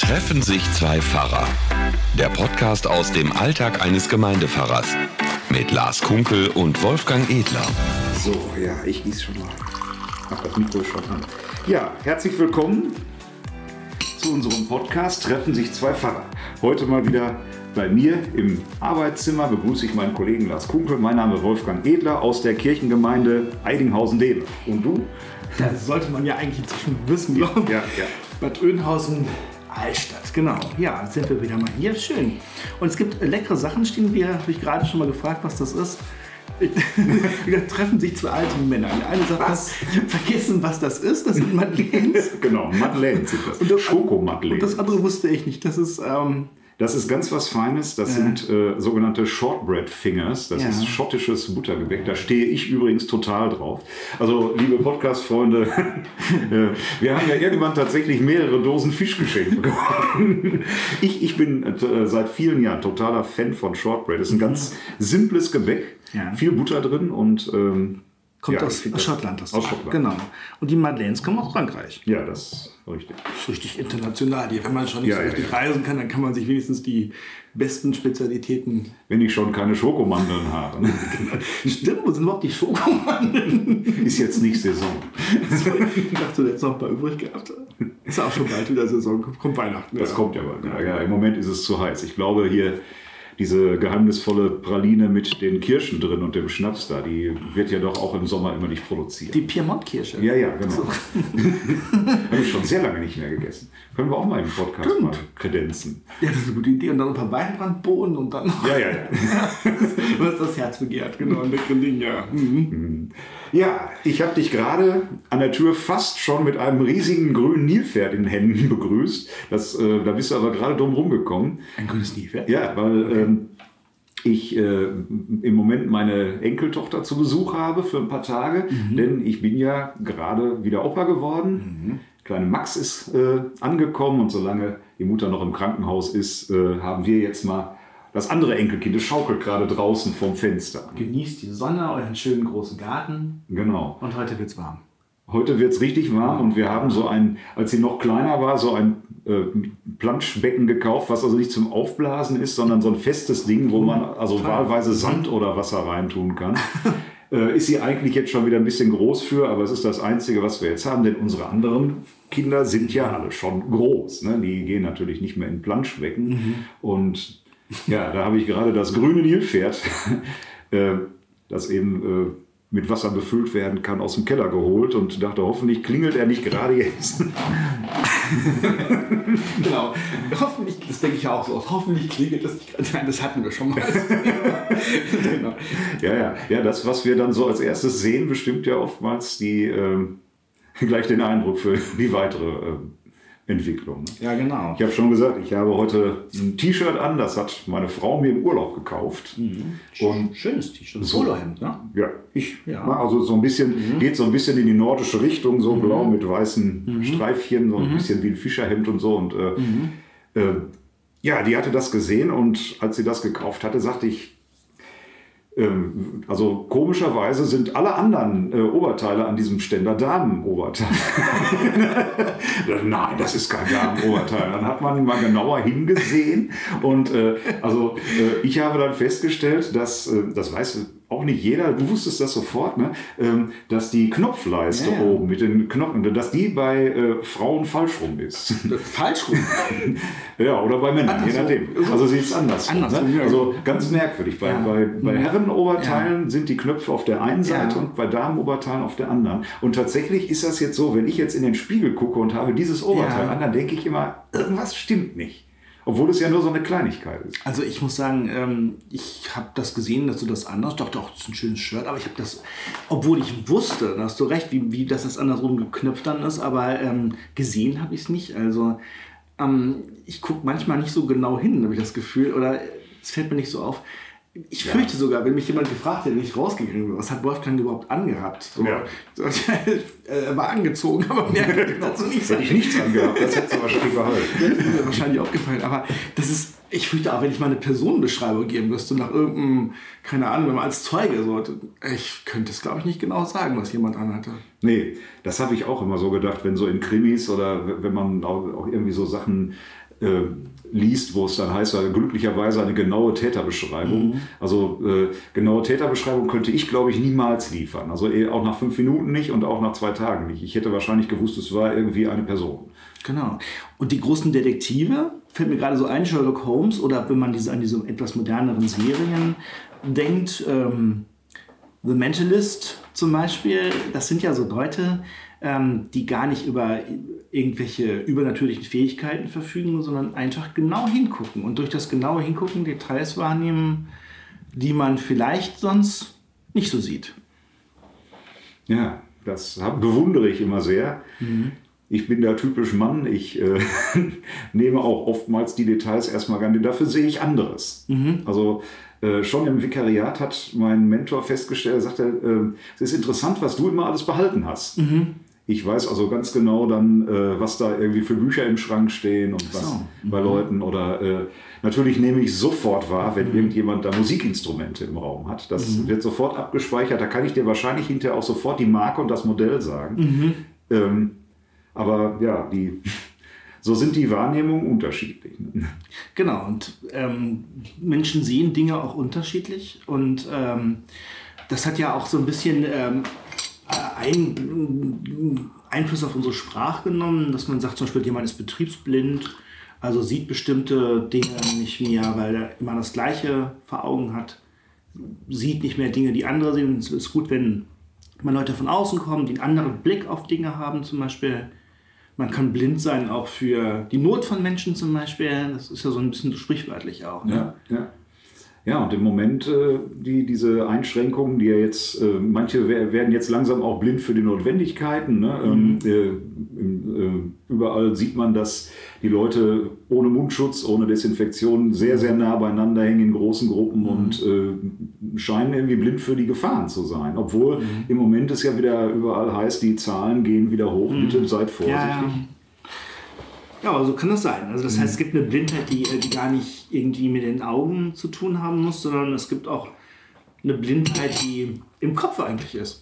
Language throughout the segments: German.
Treffen sich zwei Pfarrer. Der Podcast aus dem Alltag eines Gemeindepfarrers. Mit Lars Kunkel und Wolfgang Edler. So, ja, ich gieße schon mal. Mach das Mikro schon an. Ja, herzlich willkommen zu unserem Podcast Treffen sich zwei Pfarrer. Heute mal wieder bei mir im Arbeitszimmer begrüße ich meinen Kollegen Lars Kunkel. Mein Name ist Wolfgang Edler aus der Kirchengemeinde Eidinghausen-Dehlen. Und du? Das sollte man ja eigentlich schon wissen, glaube ich. Ja. Bad Oeynhausen, Altstadt, genau. Ja, sind wir wieder mal hier. Schön. Und es gibt leckere Sachen, stehen wir, habe ich gerade schon mal gefragt, was das ist. Da treffen sich zwei alte Männer. Der eine sagt, ich habe vergessen, was das ist. Das sind Madeleines. Genau, Madeleines sind das. Schokomadeleines. Und das andere wusste ich nicht. Das ist ganz was Feines. Das sind sogenannte Shortbread Fingers. Das ist schottisches Buttergebäck. Da stehe ich übrigens total drauf. Also, liebe Podcast-Freunde, wir haben ja irgendwann tatsächlich mehrere Dosen Fisch geschenkt bekommen. Ich bin seit vielen Jahren totaler Fan von Shortbread. Das ist ein ganz simples Gebäck. Ja. Viel Butter drin und kommt aus Schottland. Aus Schottland. Genau. Und die Madeleines kommen aus Frankreich. Ja, das ist richtig. Das ist richtig international. Wenn man schon nicht so richtig reisen kann, dann kann man sich wenigstens die besten Spezialitäten... Wenn ich schon keine Schokomandeln habe. Stimmt, wo sind überhaupt die Schokomandeln? Ist jetzt nicht Saison. Ich dachte, du hättest noch ein paar übrig gehabt. Ist ja auch schon bald wieder Saison. Kommt Weihnachten. Das kommt ja bald. Ja, im Moment ist es zu heiß. Ich glaube, hier... Diese geheimnisvolle Praline mit den Kirschen drin und dem Schnaps da, die wird ja doch auch im Sommer immer nicht produziert. Die Piemont-Kirsche? Ja, genau. So. Habe ich schon sehr lange nicht mehr gegessen. Können wir auch mal im Podcast mal kredenzen. Ja, das ist eine gute Idee. Und dann ein paar Weinbrandbohnen und dann noch... Ja. Was das Herz begehrt, genau. Ein leckeres Ding, ja. Ja, ich habe dich gerade an der Tür fast schon mit einem riesigen grünen Nilpferd in den Händen begrüßt. Da bist du aber gerade drum rumgekommen. Ein grünes Nilpferd? Ja, weil ich im Moment meine Enkeltochter zu Besuch habe für ein paar Tage. Denn ich bin ja gerade wieder Opa geworden. Kleine Max ist angekommen und solange die Mutter noch im Krankenhaus ist, haben wir jetzt mal das andere Enkelkind. Das schaukelt gerade draußen vorm Fenster. Genießt die Sonne, euren schönen großen Garten. Genau. Und heute wird's warm. Heute wird es richtig warm und wir haben als sie noch kleiner war, so ein Planschbecken gekauft, was also nicht zum Aufblasen ist, sondern so ein festes Ding, wo man also wahlweise Sand oder Wasser reintun kann. Ist sie eigentlich jetzt schon wieder ein bisschen groß für, aber es ist das Einzige, was wir jetzt haben, denn unsere anderen Kinder sind ja alle schon groß. Ne? Die gehen natürlich nicht mehr in Planschbecken und ja, da habe ich gerade das grüne Nilpferd, das eben mit Wasser befüllt werden kann, aus dem Keller geholt und dachte, hoffentlich klingelt er nicht gerade jetzt. Genau, hoffentlich, das denke ich auch so oft, hoffentlich klingelt das nicht gerade. Nein, das hatten wir schon mal. Genau. Ja, das, was wir dann so als erstes sehen, bestimmt ja oftmals gleich den Eindruck für die weitere Entwicklung. Ja, genau. Ich habe schon gesagt, ich habe heute ein T-Shirt an, das hat meine Frau mir im Urlaub gekauft. Und schönes T-Shirt, so, Polohemd, ne? Ja, also so ein bisschen, geht so ein bisschen in die nordische Richtung, so blau mit weißen Streifchen, so ein bisschen wie ein Fischerhemd und so. Und die hatte das gesehen und als sie das gekauft hatte, sagte ich, also komischerweise sind alle anderen Oberteile an diesem Ständer Damenoberteile. Nein, das ist kein Damenoberteil. Dann hat man mal genauer hingesehen und ich habe dann festgestellt, dass, das weiß auch nicht jeder, du wusstest das sofort, ne? Dass die Knopfleiste oben mit den Knochen, dass die bei Frauen falsch rum ist. Falsch rum? Ja, oder bei Männern, je nachdem. Also sie ist anders. Ne? Also ganz merkwürdig. Bei Herrenoberteilen sind die Knöpfe auf der einen Seite und bei Damenoberteilen auf der anderen. Und tatsächlich ist das jetzt so, wenn ich jetzt in den Spiegel gucke und habe dieses Oberteil an, dann denke ich immer, irgendwas stimmt nicht. Obwohl es ja nur so eine Kleinigkeit ist. Also ich muss sagen, ich habe das gesehen, dass du das anders, dachte auch, das ist ein schönes Shirt, aber ich habe das, obwohl ich wusste, da hast du recht, wie das andersrum geknöpft dann ist, aber gesehen habe ich es nicht. Also ich gucke manchmal nicht so genau hin, habe ich das Gefühl, oder es fällt mir nicht so auf. Ich fürchte sogar, wenn mich jemand gefragt hätte, wenn ich rausgegangen bin, was hat Wolfgang überhaupt angehabt? So, er war angezogen, aber mehr kann ich dazu nicht sagen. Hätte ich nichts angehabt, das hätte aber schon behalten. Das ist mir wahrscheinlich aufgefallen, aber das ist, ich fürchte auch, wenn ich mal eine Personenbeschreibung geben müsste, nach irgendeinem, keine Ahnung, wenn man als Zeuge so, ich könnte es, glaube ich, nicht genau sagen, was jemand anhatte. Nee, das habe ich auch immer so gedacht, wenn so in Krimis oder wenn man auch irgendwie so Sachen liest, wo es dann heißt, glücklicherweise eine genaue Täterbeschreibung. Also genaue Täterbeschreibung könnte ich, glaube ich, niemals liefern. Also auch nach 5 Minuten nicht und auch nach 2 Tagen nicht. Ich hätte wahrscheinlich gewusst, es war irgendwie eine Person. Genau. Und die großen Detektive, fällt mir gerade so ein, Sherlock Holmes, oder wenn man an diese etwas moderneren Serien denkt, The Mentalist zum Beispiel, das sind ja so Leute, die gar nicht über irgendwelche übernatürlichen Fähigkeiten verfügen, sondern einfach genau hingucken und durch das genaue Hingucken Details wahrnehmen, die man vielleicht sonst nicht so sieht. Ja, das bewundere ich immer sehr. Ich bin der typisch Mann. Ich nehme auch oftmals die Details erstmal gar nicht. Dafür sehe ich anderes. Also schon im Vikariat hat mein Mentor festgestellt, er sagte, es ist interessant, was du immer alles behalten hast. Ich weiß also ganz genau dann, was da irgendwie für Bücher im Schrank stehen und was bei Leuten. Oder natürlich nehme ich sofort wahr, wenn irgendjemand da Musikinstrumente im Raum hat. Das wird sofort abgespeichert. Da kann ich dir wahrscheinlich hinterher auch sofort die Marke und das Modell sagen. Aber ja, so sind die Wahrnehmungen unterschiedlich. Genau, und Menschen sehen Dinge auch unterschiedlich. Und das hat ja auch so ein bisschen Einfluss auf unsere Sprache genommen, dass man sagt, zum Beispiel, jemand ist betriebsblind, also sieht bestimmte Dinge nicht mehr, weil er immer das Gleiche vor Augen hat, sieht nicht mehr Dinge, die andere sehen. Es ist gut, wenn man Leute von außen kommen, die einen anderen Blick auf Dinge haben zum Beispiel. Man kann blind sein auch für die Not von Menschen zum Beispiel. Das ist ja so ein bisschen sprichwörtlich auch. Ne? Ja, und im Moment diese Einschränkungen, die ja jetzt, manche werden jetzt langsam auch blind für die Notwendigkeiten. Ne? Überall sieht man, dass die Leute ohne Mundschutz, ohne Desinfektion sehr, sehr nah beieinander hängen in großen Gruppen und scheinen irgendwie blind für die Gefahren zu sein. Obwohl im Moment es ja wieder überall heißt, die Zahlen gehen wieder hoch, bitte seid vorsichtig. Ja, aber so kann das sein. Also das heißt, es gibt eine Blindheit, die gar nicht irgendwie mit den Augen zu tun haben muss, sondern es gibt auch eine Blindheit, die im Kopf eigentlich ist.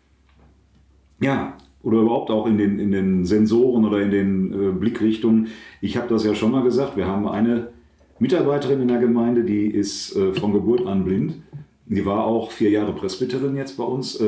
Ja, oder überhaupt auch in den Sensoren oder in den Blickrichtungen. Ich habe das ja schon mal gesagt, wir haben eine Mitarbeiterin in der Gemeinde, die ist von Geburt an blind. Die war auch 4 Jahre Presbyterin jetzt bei uns.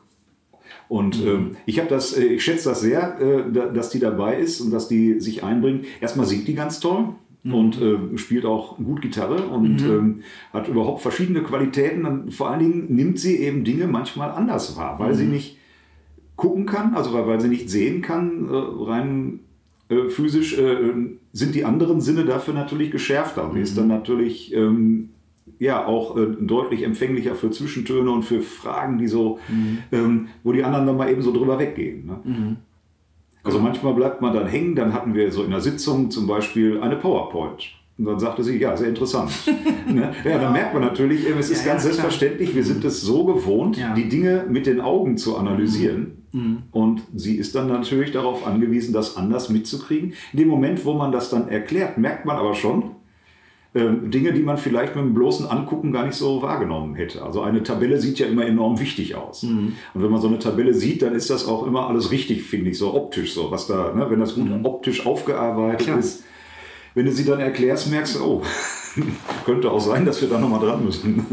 Und ich schätze das sehr, dass die dabei ist und dass die sich einbringt. Erstmal singt die ganz toll und spielt auch gut Gitarre und hat überhaupt verschiedene Qualitäten. Und vor allen Dingen nimmt sie eben Dinge manchmal anders wahr, weil sie nicht gucken kann, also weil sie nicht sehen kann, rein physisch sind die anderen Sinne dafür natürlich geschärfter. Und die ist dann natürlich auch deutlich empfänglicher für Zwischentöne und für Fragen, die so, wo die anderen dann mal eben so drüber weggehen. Ne? Also manchmal bleibt man dann hängen, dann hatten wir so in der Sitzung zum Beispiel eine PowerPoint. Und dann sagte sie, ja, sehr interessant. Ne? Ja, dann merkt man natürlich, es ist ganz selbstverständlich, wir sind es so gewohnt, die Dinge mit den Augen zu analysieren. Und sie ist dann natürlich darauf angewiesen, das anders mitzukriegen. In dem Moment, wo man das dann erklärt, merkt man aber schon, Dinge, die man vielleicht mit dem bloßen Angucken gar nicht so wahrgenommen hätte. Also eine Tabelle sieht ja immer enorm wichtig aus. Und wenn man so eine Tabelle sieht, dann ist das auch immer alles richtig, finde ich, so optisch, so was da, ne, wenn das gut optisch aufgearbeitet ist. Wenn du sie dann erklärst, merkst du, oh, könnte auch sein, dass wir da nochmal dran müssen.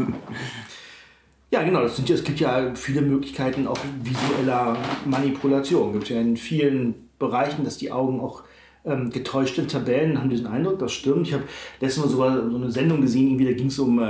Ja, genau. Es gibt ja viele Möglichkeiten auch visueller Manipulation. Es gibt ja in vielen Bereichen, dass die Augen auch getäuschte Tabellen haben diesen Eindruck, das stimmt. Ich habe letztens mal sogar so eine Sendung gesehen, irgendwie, da ging es um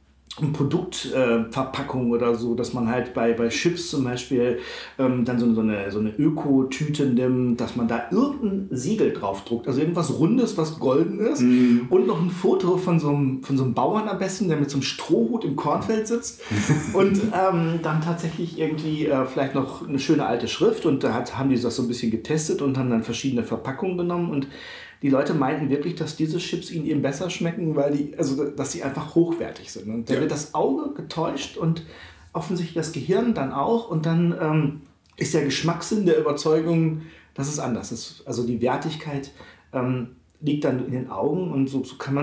Produktverpackung oder so, dass man halt bei Chips zum Beispiel dann so eine Öko-Tüte nimmt, dass man da irgendein Siegel drauf druckt, also irgendwas Rundes, was golden ist und noch ein Foto von so einem Bauern am besten, der mit so einem Strohhut im Kornfeld sitzt und dann tatsächlich irgendwie vielleicht noch eine schöne alte Schrift und da haben die das so ein bisschen getestet und haben dann verschiedene Verpackungen genommen und die Leute meinten wirklich, dass diese Chips ihnen eben besser schmecken, dass sie einfach hochwertig sind. Und da wird das Auge getäuscht und offensichtlich das Gehirn dann auch. Und dann ist der Geschmackssinn der Überzeugung, dass es anders ist. Also die Wertigkeit liegt dann in den Augen und so kann man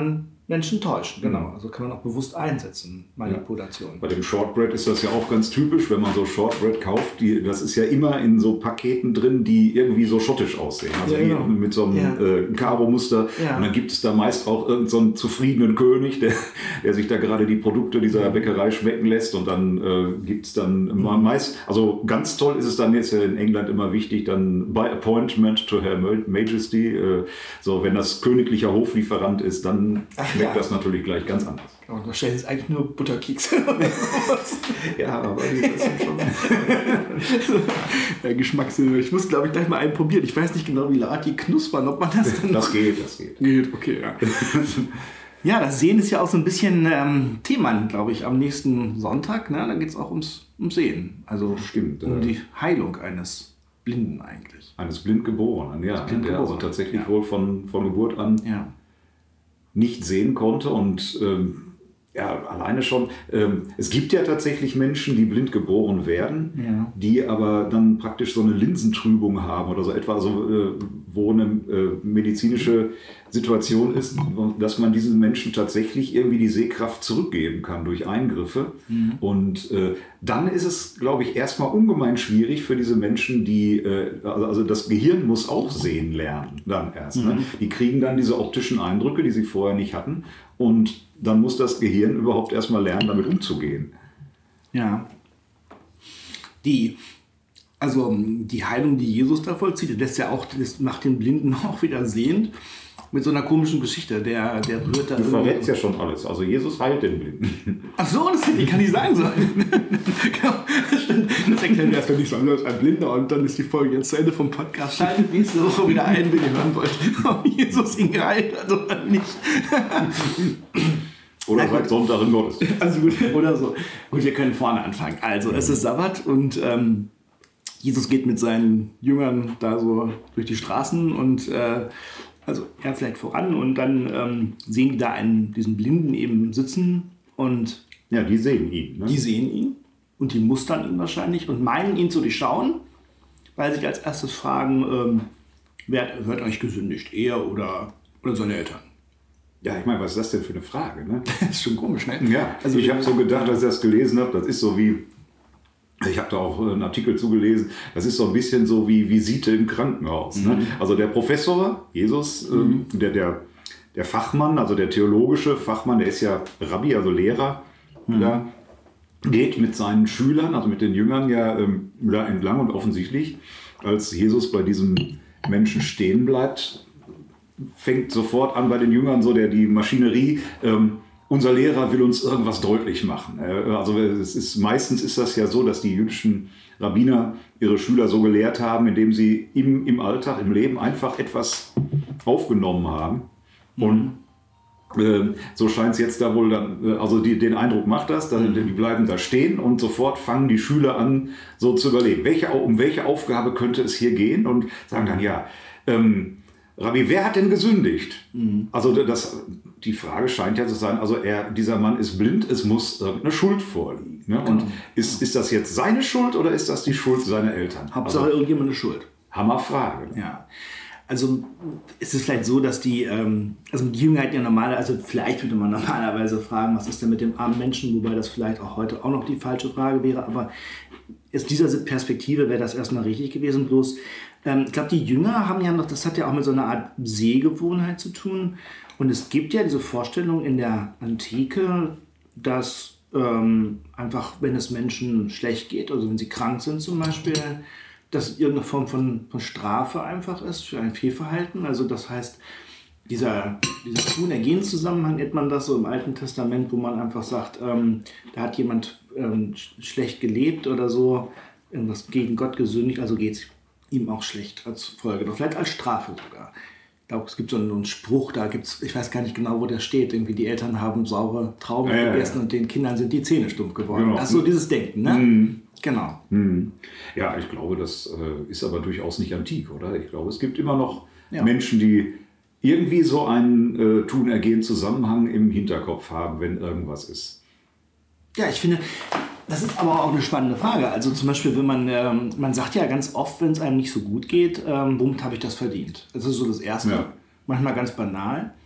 Menschen täuschen, genau. Also kann man auch bewusst einsetzen, Manipulation. Bei dem Shortbread ist das ja auch ganz typisch, wenn man so Shortbread kauft. Das ist ja immer in so Paketen drin, die irgendwie so schottisch aussehen. Also wie mit so einem Caro-Muster. Ja. Und dann gibt es da meist auch irgendeinen so einen zufriedenen König, der sich da gerade die Produkte dieser Bäckerei schmecken lässt. Und dann gibt es dann meist, also ganz toll ist es dann jetzt in England immer wichtig, dann by appointment to Her Majesty. So, wenn das königlicher Hoflieferant ist, dann schmeckt das natürlich gleich ganz anders. Und wahrscheinlich ist eigentlich nur Butterkekse. Ja, aber die sind schon... Ja, Geschmackssinne. Ich muss, glaube ich, gleich mal einen probieren. Ich weiß nicht genau, wie laut die knuspern, ob man das dann... Das geht. Geht, okay, ja. Ja, das Sehen ist ja auch so ein bisschen Thema, glaube ich, am nächsten Sonntag. Ne? Da geht es auch ums Sehen. Also stimmt, um die Heilung eines Blinden eigentlich. Eines Blindgeborenen, ja. Der also tatsächlich wohl von Geburt an nicht sehen konnte und alleine schon, es gibt ja tatsächlich Menschen, die blind geboren werden, die aber dann praktisch so eine Linsentrübung haben oder so etwa, wo eine medizinische Situation ist, dass man diesen Menschen tatsächlich irgendwie die Sehkraft zurückgeben kann durch Eingriffe. Und dann ist es, glaube ich, erstmal ungemein schwierig für diese Menschen, die, also das Gehirn muss auch sehen lernen dann erst. Ne? Die kriegen dann diese optischen Eindrücke, die sie vorher nicht hatten. Und dann muss das Gehirn überhaupt erstmal lernen, damit umzugehen. Ja. Die Heilung, die Jesus da vollzieht, das macht den Blinden auch wieder sehend. Mit so einer komischen Geschichte. Der berührt da. Du verrätst ja schon alles. Also Jesus heilt den Blinden. Ach so, das kann nicht sein sollen. Das erklären wir erstmal nicht so. Ein Blinder und dann ist die Folge jetzt zu Ende vom Podcast. Schaltet nächste Woche wieder ein, wenn ihr hören wollt, ob Jesus ihn geheilt hat oder nicht. Oder seit Sonntag im Gottesdienst. Also gut, oder so. Gut, wir können vorne anfangen. Also es ist Sabbat und Jesus geht mit seinen Jüngern da so durch die Straßen und also er vielleicht voran und dann sehen die da diesen Blinden eben sitzen und... Ja, die sehen ihn. Ne? Die sehen ihn und die mustern ihn wahrscheinlich und meinen ihn zu durchschauen, weil sie sich als erstes fragen, wer wird euch gesündigt, er oder seine Eltern? Ja, ich meine, was ist das denn für eine Frage? Ne? Das ist schon komisch, ne? Ja, also ich habe so gedacht, als ich das gelesen habe, das ist so wie... Ich habe da auch einen Artikel zugelesen, das ist so ein bisschen so wie Visite im Krankenhaus. Ne? Also der Professor, Jesus, der Fachmann, also der theologische Fachmann, der ist ja Rabbi, also Lehrer, da geht mit seinen Schülern, also mit den Jüngern da entlang und offensichtlich, als Jesus bei diesem Menschen stehen bleibt, fängt sofort an bei den Jüngern so die Maschinerie, unser Lehrer will uns irgendwas deutlich machen. Also meistens ist das ja so, dass die jüdischen Rabbiner ihre Schüler so gelehrt haben, indem sie im Alltag, im Leben einfach etwas aufgenommen haben. Und so scheint es jetzt da wohl dann, also den Eindruck macht das, die bleiben da stehen und sofort fangen die Schüler an, so zu überlegen, um welche Aufgabe könnte es hier gehen und sagen dann, Rabbi, wer hat denn gesündigt? Also die Frage scheint ja zu sein, also dieser Mann ist blind, es muss irgendeine Schuld vorliegen. Ne? Und ist das jetzt seine Schuld oder ist das die Schuld seiner Eltern? Hauptsache irgendjemand eine Schuld. Hammerfrage. Ne? Ja. Also ist es vielleicht so, dass die Jünger ja vielleicht würde man normalerweise fragen, was ist denn mit dem armen Menschen, wobei das vielleicht auch heute auch noch die falsche Frage wäre, aber aus dieser Perspektive wäre das erstmal richtig gewesen, bloß ich glaube, die Jünger haben ja noch, das hat ja auch mit so einer Art Sehgewohnheit zu tun. Und es gibt ja diese Vorstellung in der Antike, dass einfach, wenn es Menschen schlecht geht, also wenn sie krank sind zum Beispiel, dass irgendeine Form von Strafe einfach ist für ein Fehlverhalten. Also das heißt, dieser Tun-Ergehen-Zusammenhang nennt man das so im Alten Testament, wo man einfach sagt, da hat jemand schlecht gelebt oder so, irgendwas gegen Gott gesündigt, also geht es ihm auch schlecht als Folge, oder vielleicht als Strafe sogar. Ich glaube, es gibt so einen Spruch, ich weiß gar nicht genau, wo der steht, irgendwie die Eltern haben saure Trauben gegessen und den Kindern sind die Zähne stumpf geworden. Genau. Das ist so dieses Denken, ne? Genau. Ja, ich glaube, das ist aber durchaus nicht antik, oder? Ich glaube, es gibt immer noch Menschen, die irgendwie so einen Tun-Ergehen-Zusammenhang im Hinterkopf haben, wenn irgendwas ist. Ja, ich finde, das ist aber auch eine spannende Frage. Also zum Beispiel, wenn man sagt ja ganz oft, wenn es einem nicht so gut geht, womit habe ich das verdient? Das ist so das Erste. Ja. Manchmal ganz banal.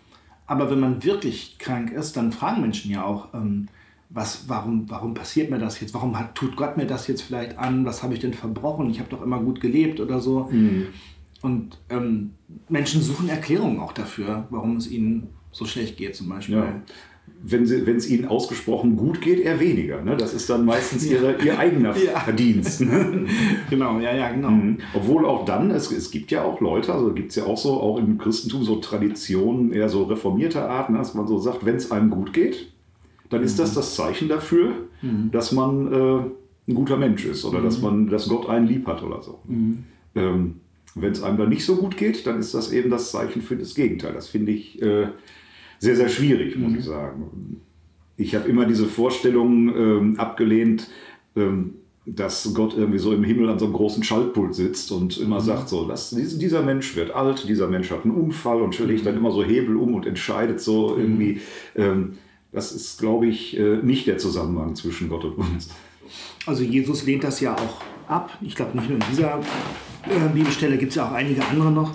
Aber wenn man wirklich krank ist, dann fragen Menschen ja auch, warum passiert mir das jetzt? Warum tut Gott mir das jetzt vielleicht an? Was habe ich denn verbrochen? Ich habe doch immer gut gelebt oder so. Und Menschen suchen Erklärungen auch dafür, warum es ihnen so schlecht geht zum Beispiel. Ja. Wenn es ihnen ausgesprochen gut geht, eher weniger. Ne? Das ist dann meistens ihr eigener Verdienst. Ne? Genau. Obwohl auch dann, es gibt ja auch Leute, also gibt es ja auch so, auch im Christentum so Traditionen, eher so reformierter Art, ne? Dass man so sagt, wenn es einem gut geht, dann ist das Zeichen dafür, dass man ein guter Mensch ist oder dass Gott einen lieb hat oder so. Wenn es einem dann nicht so gut geht, dann ist das eben das Zeichen für das Gegenteil. Das finde ich sehr, sehr schwierig, muss ich sagen. Ich habe immer diese Vorstellung abgelehnt, dass Gott irgendwie so im Himmel an so einem großen Schaltpult sitzt und immer sagt so, dieser Mensch wird alt, dieser Mensch hat einen Unfall und legt dann immer so Hebel um und entscheidet so irgendwie. Das ist, glaube ich, nicht der Zusammenhang zwischen Gott und uns. Also Jesus lehnt das ja auch ab. Ich glaube, nicht nur in dieser Bibelstelle, gibt es ja auch einige andere noch,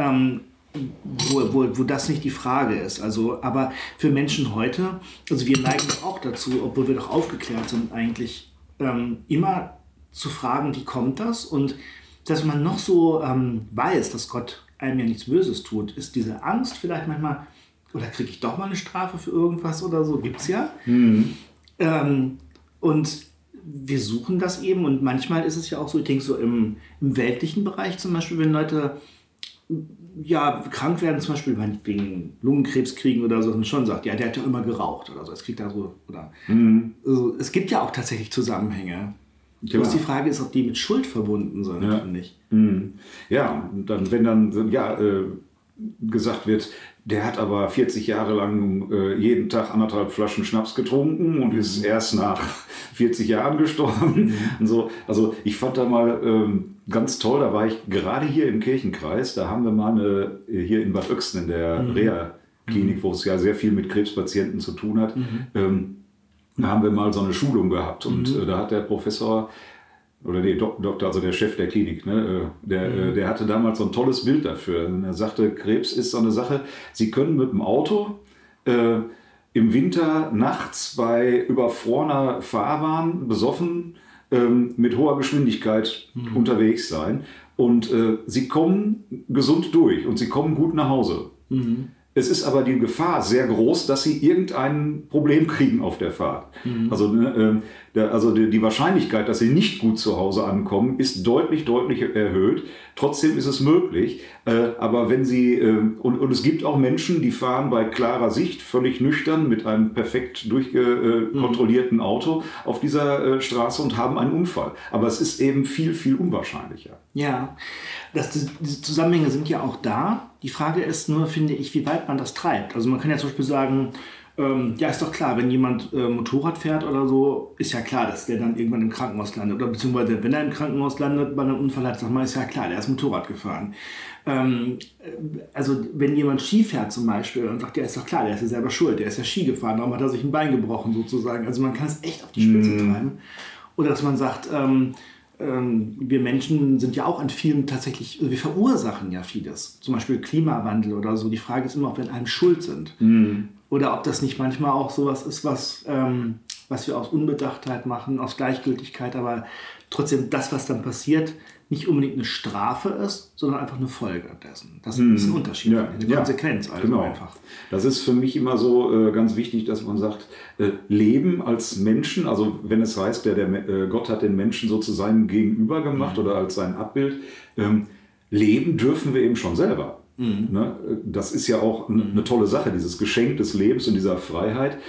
wo das nicht die Frage ist. Also, aber für Menschen heute, also wir neigen doch auch dazu, obwohl wir doch aufgeklärt sind, eigentlich immer zu fragen, wie kommt das? Und dass man noch so weiß, dass Gott einem ja nichts Böses tut, ist diese Angst vielleicht manchmal, oder kriege ich doch mal eine Strafe für irgendwas oder so, gibt es ja. Und wir suchen das eben und manchmal ist es ja auch so, ich denke so im weltlichen Bereich zum Beispiel, wenn Leute krank werden, zum Beispiel wegen Lungenkrebs kriegen oder so, und schon sagt, ja, der hat ja immer geraucht oder so, es kriegt da so, oder also, es gibt ja auch tatsächlich Zusammenhänge. Bloß die Frage ist, ob die mit Schuld verbunden sind, finde ich. Ja, und dann, wenn dann gesagt wird, der hat aber 40 Jahre lang jeden Tag 1,5 Flaschen Schnaps getrunken und ist erst nach 40 Jahren gestorben. Und so. Also ich fand da mal ganz toll, da war ich gerade hier im Kirchenkreis, da haben wir mal hier in Bad Oexten in der Reha-Klinik, wo es ja sehr viel mit Krebspatienten zu tun hat, da haben wir mal so eine Schulung gehabt und da hat der Professor oder Doktor, also der Chef der Klinik, ne, der hatte damals so ein tolles Bild dafür. Er sagte, Krebs ist so eine Sache, Sie können mit dem Auto im Winter nachts bei überfrorener Fahrbahn besoffen mit hoher Geschwindigkeit unterwegs sein und Sie kommen gesund durch und Sie kommen gut nach Hause. Es ist aber die Gefahr sehr groß, dass sie irgendein Problem kriegen auf der Fahrt. Also die Wahrscheinlichkeit, dass sie nicht gut zu Hause ankommen, ist deutlich erhöht. Trotzdem ist es möglich. Aber wenn sie, und es gibt auch Menschen, die fahren bei klarer Sicht, völlig nüchtern, mit einem perfekt durchkontrollierten Auto auf dieser Straße und haben einen Unfall. Aber es ist eben viel, viel unwahrscheinlicher. Ja, diese Zusammenhänge sind ja auch da. Die Frage ist nur, finde ich, wie weit man das treibt. Also man kann ja zum Beispiel sagen, ist doch klar, wenn jemand Motorrad fährt oder so, ist ja klar, dass der dann irgendwann im Krankenhaus landet. Oder beziehungsweise, wenn er im Krankenhaus landet, bei einem Unfall hat, sagt man, ist ja klar, der ist Motorrad gefahren. Also wenn jemand Ski fährt zum Beispiel und sagt, ja, ist doch klar, der ist ja selber schuld, der ist ja Ski gefahren, darum hat er sich ein Bein gebrochen sozusagen. Also man kann es echt auf die Spitze treiben. Oder dass man sagt, wir Menschen sind ja auch an vielen tatsächlich, wir verursachen ja vieles. Zum Beispiel Klimawandel oder so. Die Frage ist immer, ob wir an einem schuld sind. Oder ob das nicht manchmal auch sowas ist, was wir aus Unbedachtheit machen, aus Gleichgültigkeit, aber trotzdem das, was dann passiert, nicht unbedingt eine Strafe ist, sondern einfach eine Folge dessen. Das ist ein Unterschied, eine Konsequenz. Also genau. Einfach. Das ist für mich immer so ganz wichtig, dass man sagt, Leben als Menschen, also wenn es heißt, Gott hat den Menschen so zu seinem Gegenüber gemacht oder als sein Abbild, leben dürfen wir eben schon selber. Ne? Das ist ja auch eine tolle Sache, dieses Geschenk des Lebens und dieser Freiheit.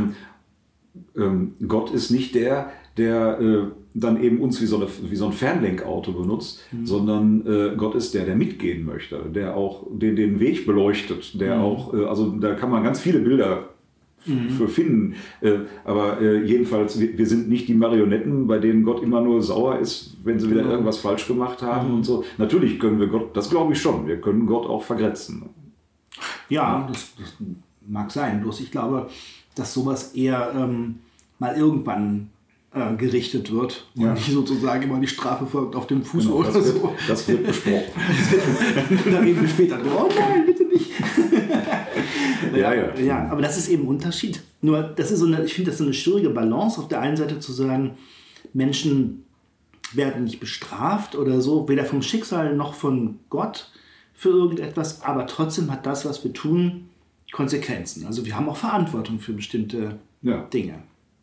Gott ist nicht der dann eben uns wie so ein Fernlenkauto benutzt, sondern Gott ist der mitgehen möchte, der auch den Weg beleuchtet, der auch, also da kann man ganz viele Bilder für finden, aber jedenfalls, wir sind nicht die Marionetten, bei denen Gott immer nur sauer ist, wenn sie wieder irgendwas falsch gemacht haben und so. Natürlich können wir Gott, das glaube ich schon, wir können Gott auch vergrätzen. Ja, das mag sein, bloß ich glaube, dass sowas eher mal irgendwann gerichtet wird und nicht sozusagen immer die Strafe folgt auf dem Fuß oder so. Das wird besprochen. Dann reden wir später drüber. Oh nein, bitte nicht. Ja, aber das ist eben ein Unterschied. Nur, das ist ich finde das so eine schwierige Balance, auf der einen Seite zu sagen, Menschen werden nicht bestraft oder so, weder vom Schicksal noch von Gott für irgendetwas, aber trotzdem hat das, was wir tun, Konsequenzen. Also wir haben auch Verantwortung für bestimmte Dinge.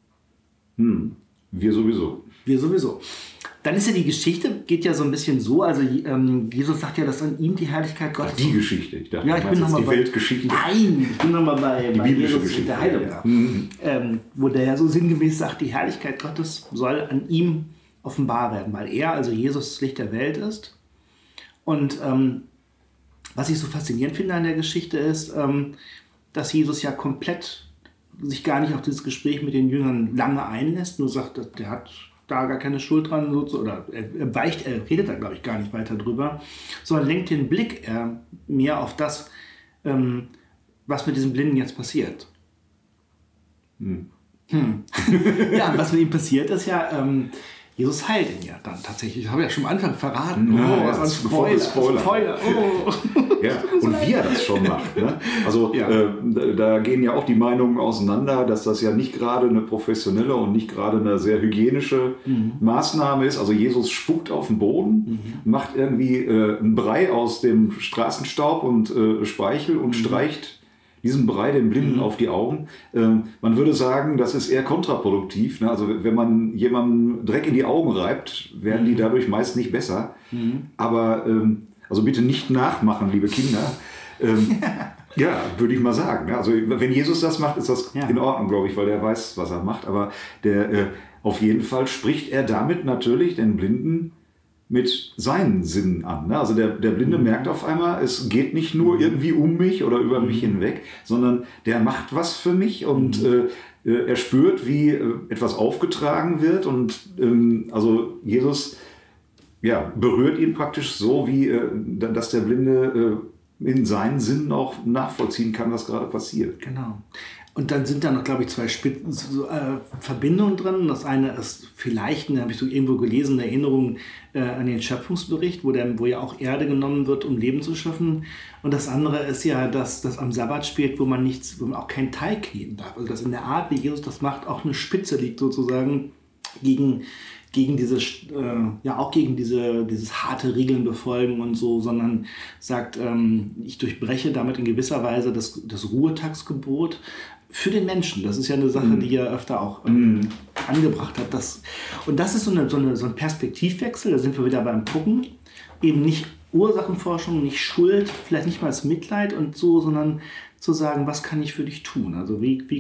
Wir sowieso. Dann ist ja die Geschichte, geht ja so ein bisschen so, also Jesus sagt ja, dass an ihm die Herrlichkeit Gottes... Die Geschichte, ich dachte, ich bin noch mal die Weltgeschichte. Nein, ich bin nochmal bei biblische Jesus Geschichte, der Heiliger. Wo der ja so sinngemäß sagt, die Herrlichkeit Gottes soll an ihm offenbar werden, weil er, also Jesus, das Licht der Welt ist. Und was ich so faszinierend finde an der Geschichte ist, dass Jesus ja komplett sich gar nicht auf dieses Gespräch mit den Jüngern lange einlässt, nur sagt, der hat da gar keine Schuld dran, oder er redet da, glaube ich, gar nicht weiter drüber, sondern lenkt den Blick mehr auf das, was mit diesem Blinden jetzt passiert. Ja, was mit ihm passiert ist ja, Jesus heilt ihn ja dann tatsächlich. Das habe ich ja schon am Anfang verraten. Das ist ein Spoiler. Ja, und wie er das schon macht. Ne? Also da gehen ja auch die Meinungen auseinander, dass das ja nicht gerade eine professionelle und nicht gerade eine sehr hygienische Maßnahme ist. Also Jesus spuckt auf den Boden, macht irgendwie einen Brei aus dem Straßenstaub und Speichel und streicht diesen Brei dem Blinden auf die Augen. Man würde sagen, das ist eher kontraproduktiv. Ne? Also wenn man jemandem Dreck in die Augen reibt, werden die dadurch meist nicht besser. Aber also bitte nicht nachmachen, liebe Kinder. Ja, würde ich mal sagen. Ne? Also wenn Jesus das macht, ist das in Ordnung, glaube ich, weil der weiß, was er macht. Aber auf jeden Fall spricht er damit natürlich den Blinden mit seinen Sinnen an. Ne? Also der Blinde merkt auf einmal, es geht nicht nur irgendwie um mich oder über mich hinweg, sondern der macht was für mich und er spürt, wie etwas aufgetragen wird und also Jesus berührt ihn praktisch so, wie dass der Blinde in seinen Sinnen auch nachvollziehen kann, was gerade passiert. Genau. Und dann sind da noch, glaube ich, zwei Verbindungen drin. Das eine ist vielleicht, habe ich so irgendwo gelesen, eine Erinnerung an den Schöpfungsbericht, wo ja auch Erde genommen wird, um Leben zu schaffen. Und das andere ist ja, dass das am Sabbat spielt, wo man auch keinen Teig kneten darf. Also dass in der Art, wie Jesus das macht, auch eine Spitze liegt sozusagen gegen dieses harte Regeln befolgen und so, sondern sagt, ich durchbreche damit in gewisser Weise das Ruhetagsgebot für den Menschen. Das ist ja eine Sache, die er öfter auch angebracht hat. Und das ist so ein Perspektivwechsel, da sind wir wieder beim Gucken. Eben nicht Ursachenforschung, nicht Schuld, vielleicht nicht mal das Mitleid und so, sondern zu sagen, was kann ich für dich tun? Also wie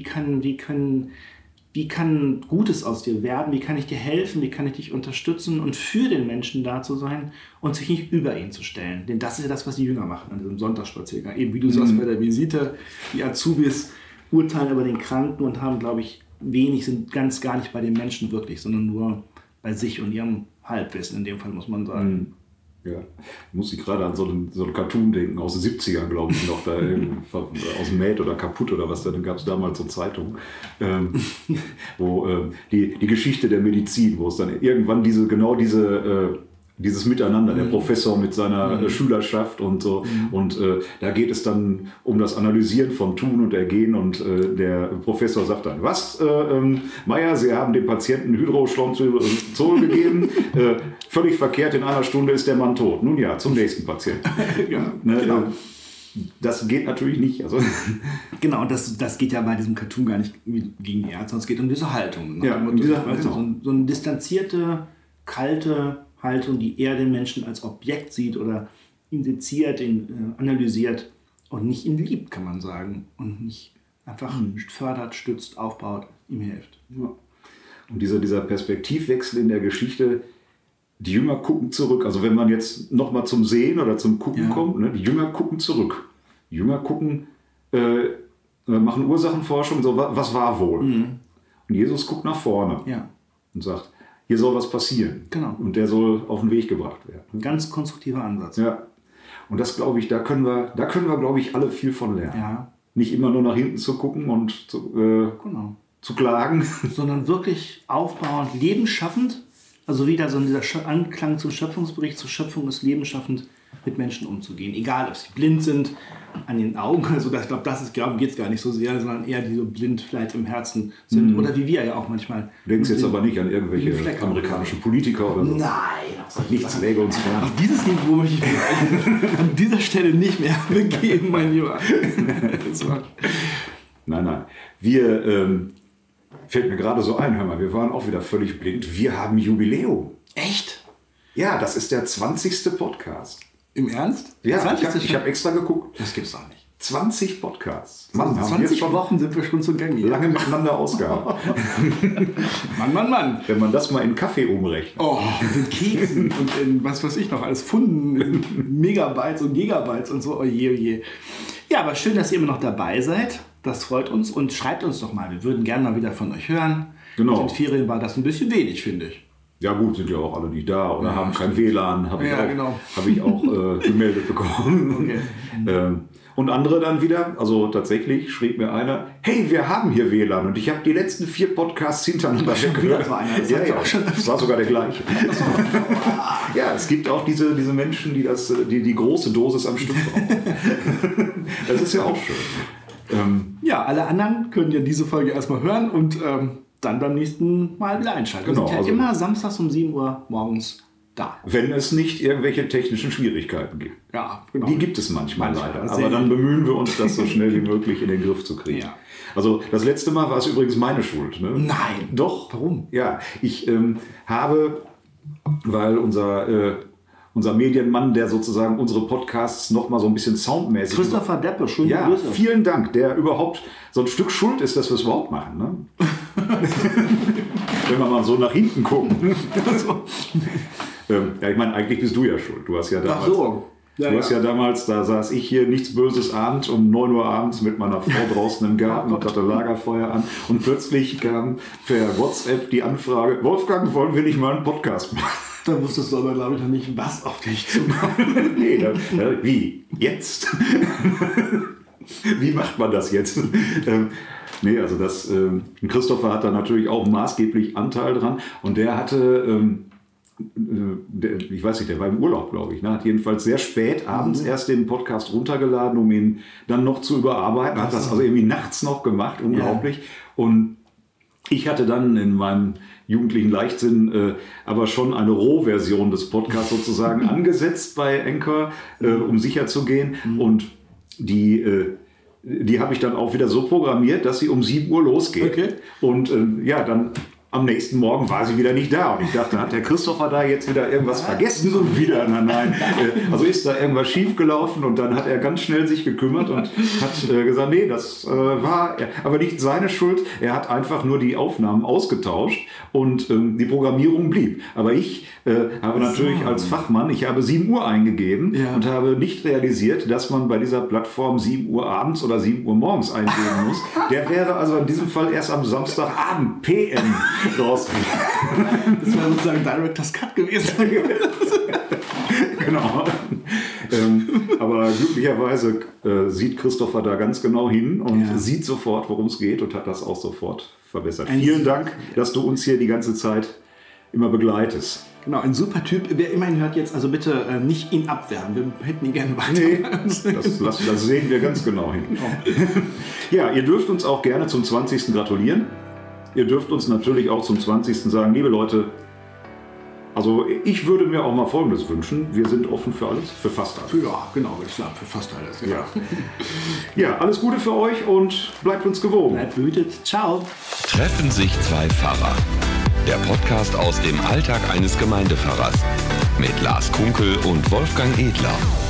kann Gutes aus dir werden? Wie kann ich dir helfen? Wie kann ich dich unterstützen und für den Menschen da zu sein und sich nicht über ihn zu stellen? Denn das ist ja das, was die Jünger machen an diesem Sonntagsspaziergang. Eben wie du sagst bei der Visite, die Azubis urteilen über den Kranken und haben, glaube ich, sind ganz gar nicht bei den Menschen wirklich, sondern nur bei sich und ihrem Halbwissen, in dem Fall muss man sagen. Ja, muss ich gerade an so einen Cartoon denken, aus den 70ern, glaube ich, noch, da aus dem Mad oder kaputt oder was, da gab es damals so Zeitungen, wo die Geschichte der Medizin, wo es dann irgendwann dieses Miteinander, der Professor mit seiner Schülerschaft und so, und da geht es dann um das Analysieren von Tun und Ergehen und der Professor sagt dann, was, Meier, Sie haben dem Patienten Hydroschlonzol gegeben, völlig verkehrt, in einer Stunde ist der Mann tot. Nun ja, zum nächsten Patienten. Genau. Das geht natürlich nicht. Also. Genau, das geht ja bei diesem Cartoon gar nicht gegen die Ärzte, sondern es geht um diese Haltung. Ne? Ja, so eine distanzierte, kalte Haltung, die eher den Menschen als Objekt sieht oder ihn seziert, analysiert und nicht ihn liebt, kann man sagen. Und nicht einfach fördert, stützt, aufbaut, ihm hilft. Ja. Und dieser Perspektivwechsel in der Geschichte, die Jünger gucken zurück. Also wenn man jetzt nochmal zum Sehen oder zum Gucken kommt, ne, die Jünger gucken zurück. Die Jünger gucken, machen Ursachenforschung, so was war wohl. Und Jesus guckt nach vorne und sagt, hier soll was passieren. Genau. Und der soll auf den Weg gebracht werden. Ein ganz konstruktiver Ansatz. Ja. Und das, glaube ich, da können wir, glaube ich, alle viel von lernen. Ja. Nicht immer nur nach hinten zu gucken und zu klagen. Sondern wirklich aufbauend, lebensschaffend. Also wieder so dieser Anklang zum Schöpfungsbericht, zur Schöpfung ist lebensschaffend mit Menschen umzugehen. Egal, ob sie blind sind an den Augen, also ich glaube, geht es gar nicht so sehr, sondern eher die so blind vielleicht im Herzen sind. Oder wie wir ja auch manchmal. Du denkst jetzt aber nicht an irgendwelche amerikanischen Politiker oder so. Nein, nichts läge uns fern. Auf dieses Niveau möchte ich mich an dieser Stelle nicht mehr begeben, mein Lieber. Nein. Wir, fällt mir gerade so ein, hör mal, wir waren auch wieder völlig blind. Wir haben Jubiläum. Echt? Ja, das ist der 20. Podcast. Im Ernst? Ja, ich habe extra geguckt. Das gibt's doch nicht. 20 Podcasts. Mann, 20 Wochen sind wir schon zugange. Lange miteinander ausgehabt. Mann. Wenn man das mal in Kaffee umrechnet. Oh, in Keksen und in was weiß ich noch, alles Pfunden, in Megabytes und Gigabytes und so. Oh je. Ja, aber schön, dass ihr immer noch dabei seid. Das freut uns und schreibt uns doch mal. Wir würden gerne mal wieder von euch hören. Genau. In den Ferien war das ein bisschen wenig, finde ich. Ja gut, sind ja auch alle nicht da oder haben kein WLAN, habe ich auch gemeldet bekommen. Okay. Und andere dann wieder, also tatsächlich schrieb mir einer, hey, wir haben hier WLAN und ich habe die letzten 4 Podcasts hintereinander weggehört. Das war sogar der gleiche. Ja, es gibt auch diese Menschen, die große Dosis am Stück brauchen. Das ist ja auch schön. Ja, alle anderen können ja diese Folge erstmal hören und dann beim nächsten Mal wieder einschalten. Genau, wir sind ja immer samstags um 7 Uhr morgens da. Wenn es nicht irgendwelche technischen Schwierigkeiten gibt. Ja, genau. Die gibt es manchmal leider. Aber dann bemühen wir uns, das so schnell wie möglich in den Griff zu kriegen. Ja. Also das letzte Mal war es übrigens meine Schuld. Ne? Nein. Doch. Warum? Ja, ich habe, weil unser Medienmann, der sozusagen unsere Podcasts noch mal so ein bisschen soundmäßig... Christopher Deppe, schön. Ja, vielen Dank, der überhaupt so ein Stück schuld ist, dass wir es überhaupt machen. Ne? Wenn wir mal so nach hinten gucken. Ja, ich meine, eigentlich bist du ja schuld. Du hast ja damals... Ach so. Du hast ja damals, da saß ich hier, nichts Böses Abend, um 9 Uhr abends mit meiner Frau draußen im Garten und hatte Lagerfeuer an. Und plötzlich kam per WhatsApp die Anfrage, Wolfgang, wollen wir nicht mal einen Podcast machen? Da wusstest du aber, glaube ich, noch nicht, was auf dich zukommt. Nee, wie? Jetzt? Wie macht man das jetzt? Nee, also Christopher hat da natürlich auch maßgeblich Anteil dran. Und der hatte... ich weiß nicht, der war im Urlaub, glaube ich. Ne? Hat jedenfalls sehr spät abends erst den Podcast runtergeladen, um ihn dann noch zu überarbeiten. Hat das also irgendwie nachts noch gemacht, unglaublich. Ja. Und ich hatte dann in meinem jugendlichen Leichtsinn aber schon eine Rohversion des Podcasts sozusagen angesetzt bei Anchor, um sicher zu gehen. Und die habe ich dann auch wieder so programmiert, dass sie um 7 Uhr losgeht. Okay. Und dann... Am nächsten Morgen war sie wieder nicht da. Und ich dachte, hat der Christopher da jetzt wieder irgendwas vergessen? Und wieder, nein. Also ist da irgendwas schiefgelaufen und dann hat er ganz schnell sich gekümmert und hat gesagt, nee, das war aber nicht seine Schuld. Er hat einfach nur die Aufnahmen ausgetauscht und die Programmierung blieb. Aber ich habe natürlich als Fachmann, ich habe 7 Uhr eingegeben und habe nicht realisiert, dass man bei dieser Plattform 7 Uhr abends oder 7 Uhr morgens eingeben muss. Der wäre also in diesem Fall erst am Samstagabend PM rausgekommen. Das wäre sozusagen Director's Cut gewesen. Genau. Aber glücklicherweise sieht Christopher da ganz genau hin und sieht sofort, worum es geht und hat das auch sofort verbessert. Vielen Dank, dass du uns hier die ganze Zeit immer begleitest. Genau, ein super Typ. Wer immerhin hört jetzt, also bitte nicht ihn abwerben. Wir hätten ihn gerne weiter. Nee, das sehen wir ganz genau hin. Ja, ihr dürft uns auch gerne zum 20. gratulieren. Ihr dürft uns natürlich auch zum 20. sagen, liebe Leute, also ich würde mir auch mal Folgendes wünschen. Wir sind offen für alles, für fast alles. Ja, genau, würde ich sagen, für fast alles. Ja. Ja, alles Gute für euch und bleibt uns gewogen. Bleibt behütet. Ciao. Treffen sich zwei Pfarrer. Der Podcast aus dem Alltag eines Gemeindepfarrers. Mit Lars Kunkel und Wolfgang Edler.